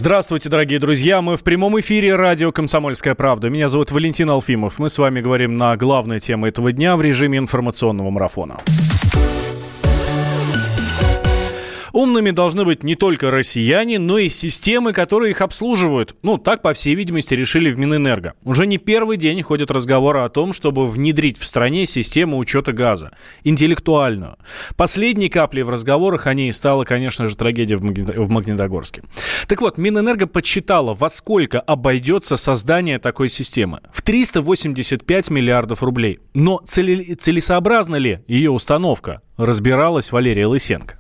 Здравствуйте, дорогие друзья. Мы в прямом эфире радио «Комсомольская правда». Меня зовут Валентин Алфимов. Мы с вами говорим на главные темы этого дня в режиме информационного марафона. Умными должны быть не только россияне, но и системы, которые их обслуживают. Так, по всей видимости, решили в Минэнерго. Уже не первый день ходят разговоры о том, чтобы внедрить в стране систему учета газа. Интеллектуальную. Последней каплей в разговорах о ней стала, конечно же, трагедия в Магнитогорске. Так вот, Минэнерго подсчитала, во сколько обойдется создание такой системы. В 385 миллиардов рублей. Но целесообразна ли ее установка, разбиралась Валерия Лысенко.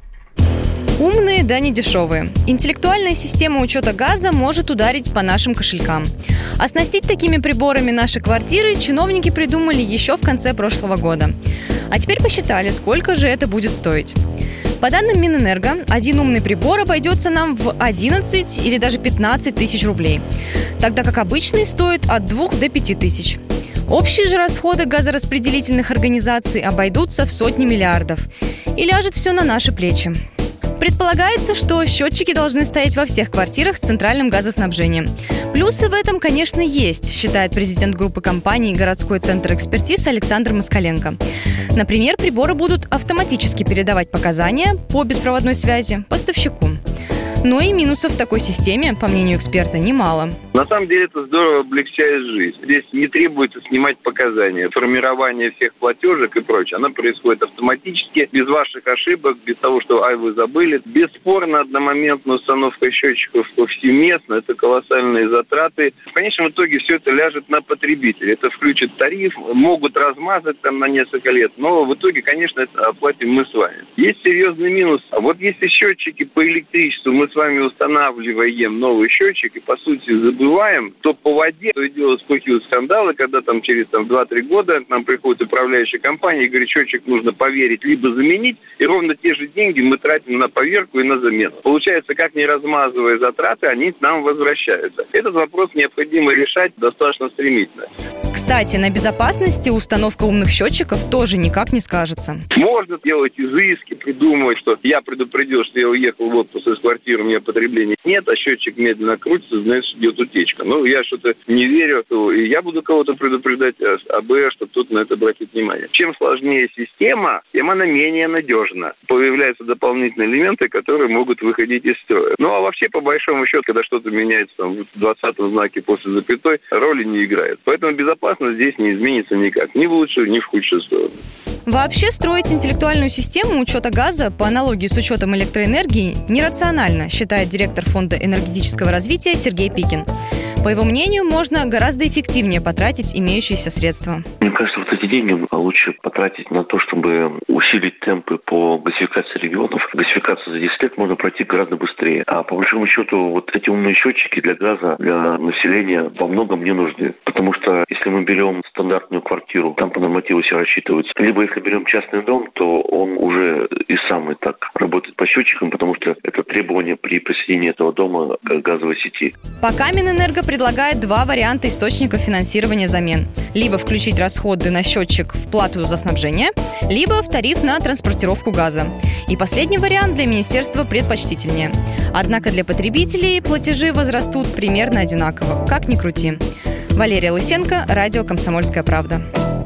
Умные, да не дешевые. Интеллектуальная система учета газа может ударить по нашим кошелькам. Оснастить такими приборами наши квартиры чиновники придумали еще в конце прошлого года. А теперь посчитали, сколько же это будет стоить. По данным Минэнерго, один умный прибор обойдется нам в 11 или даже 15 тысяч рублей, тогда как обычный стоит от 2 до 5 тысяч. Общие же расходы газораспределительных организаций обойдутся в сотни миллиардов. И ляжет все на наши плечи. Предполагается, что счетчики должны стоять во всех квартирах с центральным газоснабжением. Плюсы в этом, конечно, есть, считает президент группы компаний «Городской центр экспертиз» Александр Москаленко. Например, приборы будут автоматически передавать показания по беспроводной связи поставщику. Но и минусов в такой системе, по мнению эксперта, немало. На самом деле это здорово облегчает жизнь. Здесь не требуется снимать показания. Формирование всех платежек и прочее, оно происходит автоматически, без ваших ошибок, без того, что вы забыли. Бесспорно, одномоментная установка счетчиков повсеместно, это колоссальные затраты. В конечном итоге все это ляжет на потребителя. Это включит тариф, могут размазать на несколько лет, но в итоге, конечно, это оплатим мы с вами. Есть серьезный минус. А вот если счетчики по электричеству мы с вами устанавливаем новый счетчик и, по сути, забываем, то по воде то и дело вспыхивают скандалы, когда через 2-3 года к нам приходит управляющая компания и говорит, счетчик нужно поверить, либо заменить, и ровно те же деньги мы тратим на поверку и на замену. Получается, как не размазывая затраты, они к нам возвращаются. Этот вопрос необходимо решать достаточно стремительно. Кстати, на безопасности установка умных счетчиков тоже никак не скажется. Можно делать изыски, придумывать, что я предупредил, что я уехал в отпуск из квартиры, у меня потребления нет, а счетчик медленно крутится, значит, идет утечка. Я что-то не верю, и я буду кого-то предупреждать чтобы тут на это обратить внимание. Чем сложнее система, тем она менее надежна. Появляются дополнительные элементы, которые могут выходить из строя. А вообще, по большому счету, когда что-то меняется в 20-м знаке после запятой, роли не играет. Поэтому безопасность здесь не изменится никак. Ни в лучшую, ни в худшую сторону. Вообще, строить интеллектуальную систему учета газа по аналогии с учетом электроэнергии нерационально, считает директор Фонда энергетического развития Сергей Пикин. По его мнению, можно гораздо эффективнее потратить имеющиеся средства. Мне кажется, вот эти деньги лучше потратить на то, чтобы усилить темпы по газификации регионов. Газификацию за 10 лет можно пройти гораздо быстрее. А по большому счету, вот эти умные счетчики для газа, для населения во многом не нужны. Потому что если мы берем стандартную квартиру, там по нормативу все рассчитываются. Либо если берем частный дом, то он уже и сам и так работает по счетчикам, потому что это требование при присоединении этого дома к газовой сети. Пока Минэнерго предлагает два варианта источников финансирования замен. Либо включить расходы на счетчик в плату за снабжение, либо в тариф на транспортировку газа. И последний вариант для министерства предпочтительнее. Однако для потребителей платежи возрастут примерно одинаково, как ни крути. Валерия Лысенко, радио «Комсомольская правда».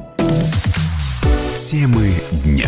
Темы дня.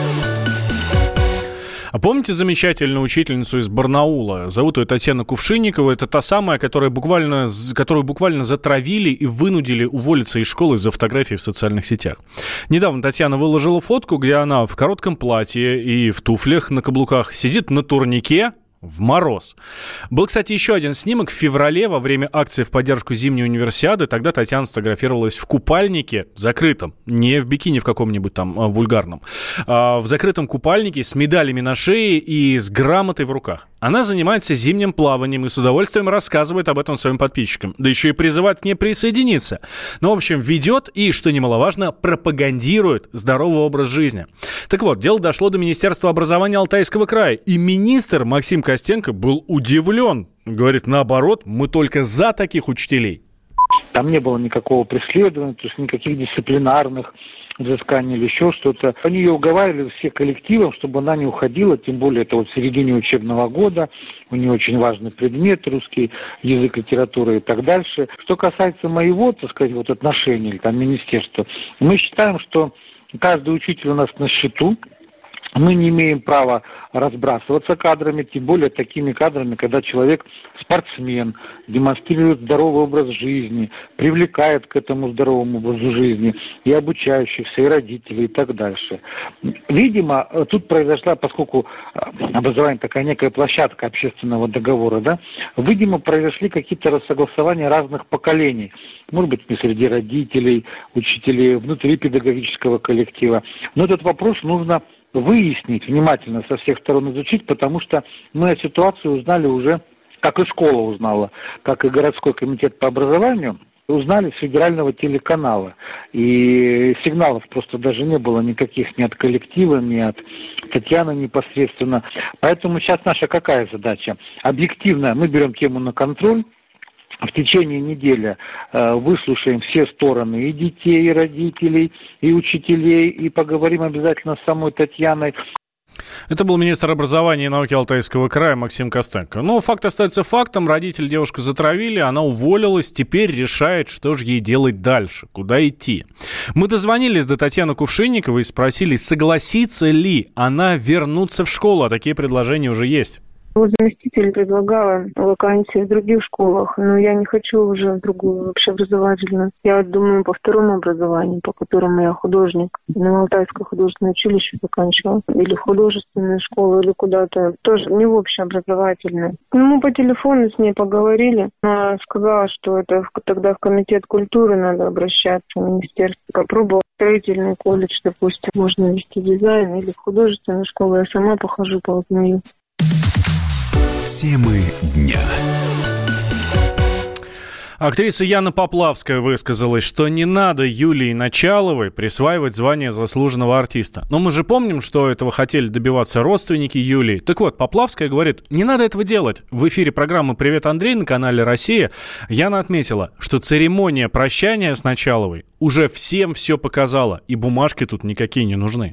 А помните замечательную учительницу из Барнаула? Зовут ее Татьяна Кувшинникова. Это та самая, которую буквально затравили и вынудили уволиться из школы из-за фотографий в социальных сетях. Недавно Татьяна выложила фотку, где она в коротком платье и в туфлях на каблуках сидит на турнике в мороз. Был, кстати, еще один снимок в феврале во время акции в поддержку зимней универсиады. Тогда Татьяна сфотографировалась в купальнике закрытом, не в бикини в каком-нибудь там вульгарном, а в закрытом купальнике с медалями на шее и с грамотой в руках. Она занимается зимним плаванием и с удовольствием рассказывает об этом своим подписчикам. Да еще и призывает к ней присоединиться. В общем, ведет и, что немаловажно, пропагандирует здоровый образ жизни. Так вот, дело дошло до Министерства образования Алтайского края. И министр Максим Костенко был удивлен. Говорит, наоборот, мы только за таких учителей. Там не было никакого преследования, то есть никаких дисциплинарных взысканий или еще что-то. Они ее уговаривали все коллективом, чтобы она не уходила, тем более это в середине учебного года. У нее очень важный предмет, русский язык, литература и так дальше. Что касается моего, отношения или министерства, мы считаем, что каждый учитель у нас на счету. Мы не имеем права разбрасываться кадрами, тем более такими кадрами, когда человек спортсмен, демонстрирует здоровый образ жизни, привлекает к этому здоровому образу жизни и обучающихся, и родителей, и так дальше. Видимо, тут произошла, поскольку образование такая некая площадка общественного договора, видимо, произошли какие-то рассогласования разных поколений. Может быть, не среди родителей, учителей, внутри педагогического коллектива. Но этот вопрос нужно выяснить, внимательно со всех сторон изучить, потому что мы эту ситуацию узнали уже, как и школа узнала, как и городской комитет по образованию, узнали с федерального телеканала. И сигналов просто даже не было никаких ни от коллектива, ни от Татьяны непосредственно. Поэтому сейчас наша какая задача? Объективно мы берем тему на контроль. В течение недели выслушаем все стороны и детей, и родителей, и учителей, и поговорим обязательно с самой Татьяной. Это был министр образования и науки Алтайского края Максим Костенко. Но факт остается фактом. Родители девушку затравили, она уволилась. Теперь решает, что же ей делать дальше, куда идти. Мы дозвонились до Татьяны Кувшинниковой и спросили, согласится ли она вернуться в школу. А такие предложения уже есть. Заместитель предлагала вакансии в других школах, но я не хочу уже в другую общеобразовательную. Я думаю по второму образованию, по которому я художник. На Алтайское художественное училище заканчивала. Или в художественную школу, или куда-то. Тоже не в общеобразовательную. Мы по телефону с ней поговорили. Она сказала, что это тогда в комитет культуры надо обращаться, в министерство. Попробовала строительный колледж, допустим, можно вести дизайн, или в художественную школу. Я сама похожу, поузнаю. Темы дня. Актриса Яна Поплавская высказалась, что не надо Юлии Началовой присваивать звание заслуженного артиста. Но мы же помним, что этого хотели добиваться родственники Юлии. Так вот, Поплавская говорит, не надо этого делать. В эфире программы «Привет, Андрей» на канале «Россия» Яна отметила, что церемония прощания с Началовой уже всем все показала, и бумажки тут никакие не нужны.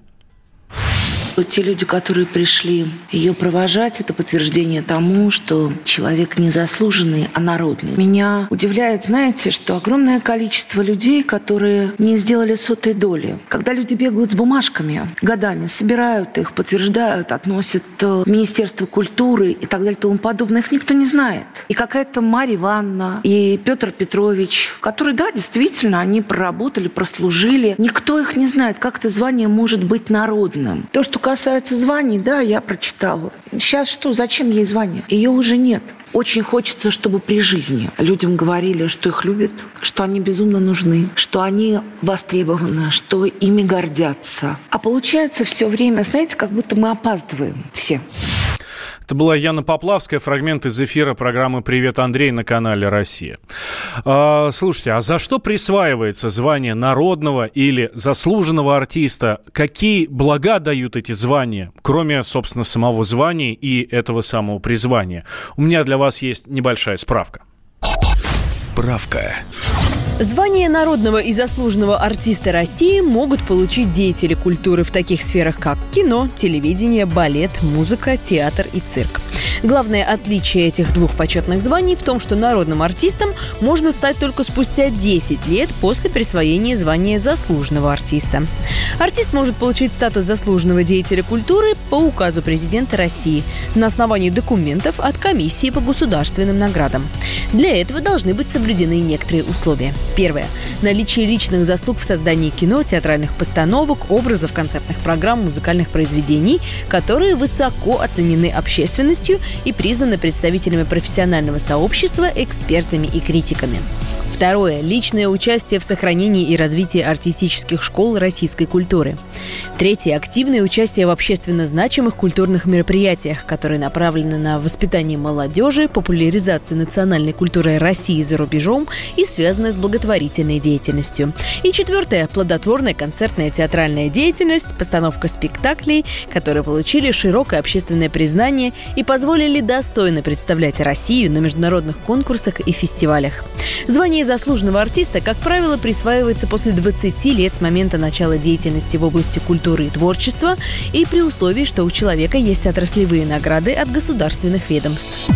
Те люди, которые пришли ее провожать, это подтверждение тому, что человек не заслуженный, а народный. Меня удивляет, знаете, что огромное количество людей, которые не сделали сотой доли. Когда люди бегают с бумажками годами, собирают их, подтверждают, относят в Министерство культуры и так далее и тому подобное, их никто не знает. И какая-то Марья Ивановна, и Петр Петрович, которые, да, действительно, они проработали, прослужили. Никто их не знает, как это звание может быть народным. То, что касается званий, да, я прочитала. Сейчас что, зачем ей звание? Ее уже нет. Очень хочется, чтобы при жизни людям говорили, что их любят, что они безумно нужны, что они востребованы, что ими гордятся. А получается все время, знаете, как будто мы опаздываем все. Это была Яна Поплавская, фрагмент из эфира программы «Привет, Андрей» на канале «Россия». Слушайте, а за что присваивается звание народного или заслуженного артиста? Какие блага дают эти звания, кроме, собственно, самого звания и этого самого призвания? У меня для вас есть небольшая справка. Справка. Звание народного и заслуженного артиста России могут получить деятели культуры в таких сферах, как кино, телевидение, балет, музыка, театр и цирк. Главное отличие этих двух почетных званий в том, что народным артистом можно стать только спустя 10 лет после присвоения звания заслуженного артиста. Артист может получить статус заслуженного деятеля культуры по указу президента России на основании документов от Комиссии по государственным наградам. Для этого должны быть соблюдены некоторые условия. Первое. Наличие личных заслуг в создании кино, театральных постановок, образов, концертных программ, музыкальных произведений, которые высоко оценены общественностью и признаны представителями профессионального сообщества, экспертами и критиками. Второе. Личное участие в сохранении и развитии артистических школ российской культуры. Третье. Активное участие в общественно значимых культурных мероприятиях, которые направлены на воспитание молодежи, популяризацию национальной культуры России за рубежом и связаны с благотворительной деятельностью. И четвертое. Плодотворная концертная театральная деятельность, постановка спектаклей, которые получили широкое общественное признание и позволили достойно представлять Россию на международных конкурсах и фестивалях. Звание Звание заслуженного артиста, как правило, присваивается после 20 лет с момента начала деятельности в области культуры и творчества и при условии, что у человека есть отраслевые награды от государственных ведомств.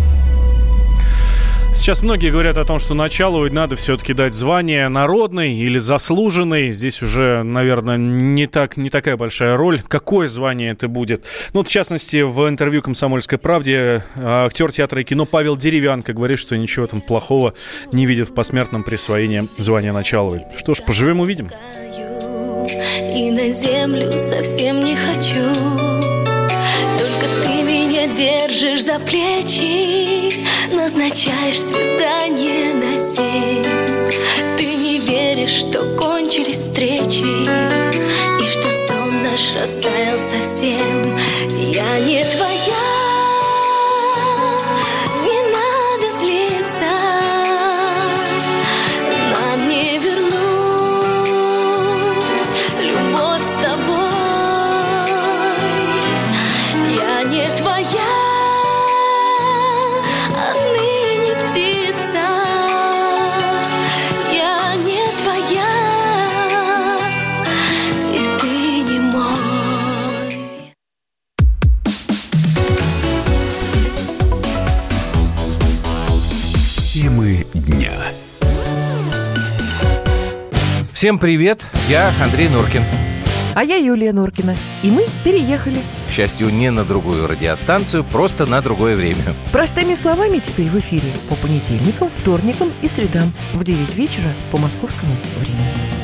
Сейчас многие говорят о том, что Началовой надо все-таки дать звание народный или заслуженный. Здесь уже, наверное, не такая большая роль. Какое звание это будет? В частности, в интервью «Комсомольской правде» актер театра и кино Павел Деревянко говорит, что ничего там плохого не видит в посмертном присвоении звания Началовой. Что ж, поживем, увидим. И на землю совсем не хочу. Только ты меня держишь за плечи, назначаешь свидание на 7. Ты не веришь, что кончились встречи и что сон наш растаял совсем. Я не твоя, не надо злиться, нам не вернуть любовь с тобой. Я не твоя, дня. Всем привет, я Андрей Нуркин. А я Юлия Нуркина. И мы переехали. К счастью, не на другую радиостанцию, просто на другое время. Простыми словами теперь в эфире по понедельникам, вторникам и средам в 9 вечера по московскому времени.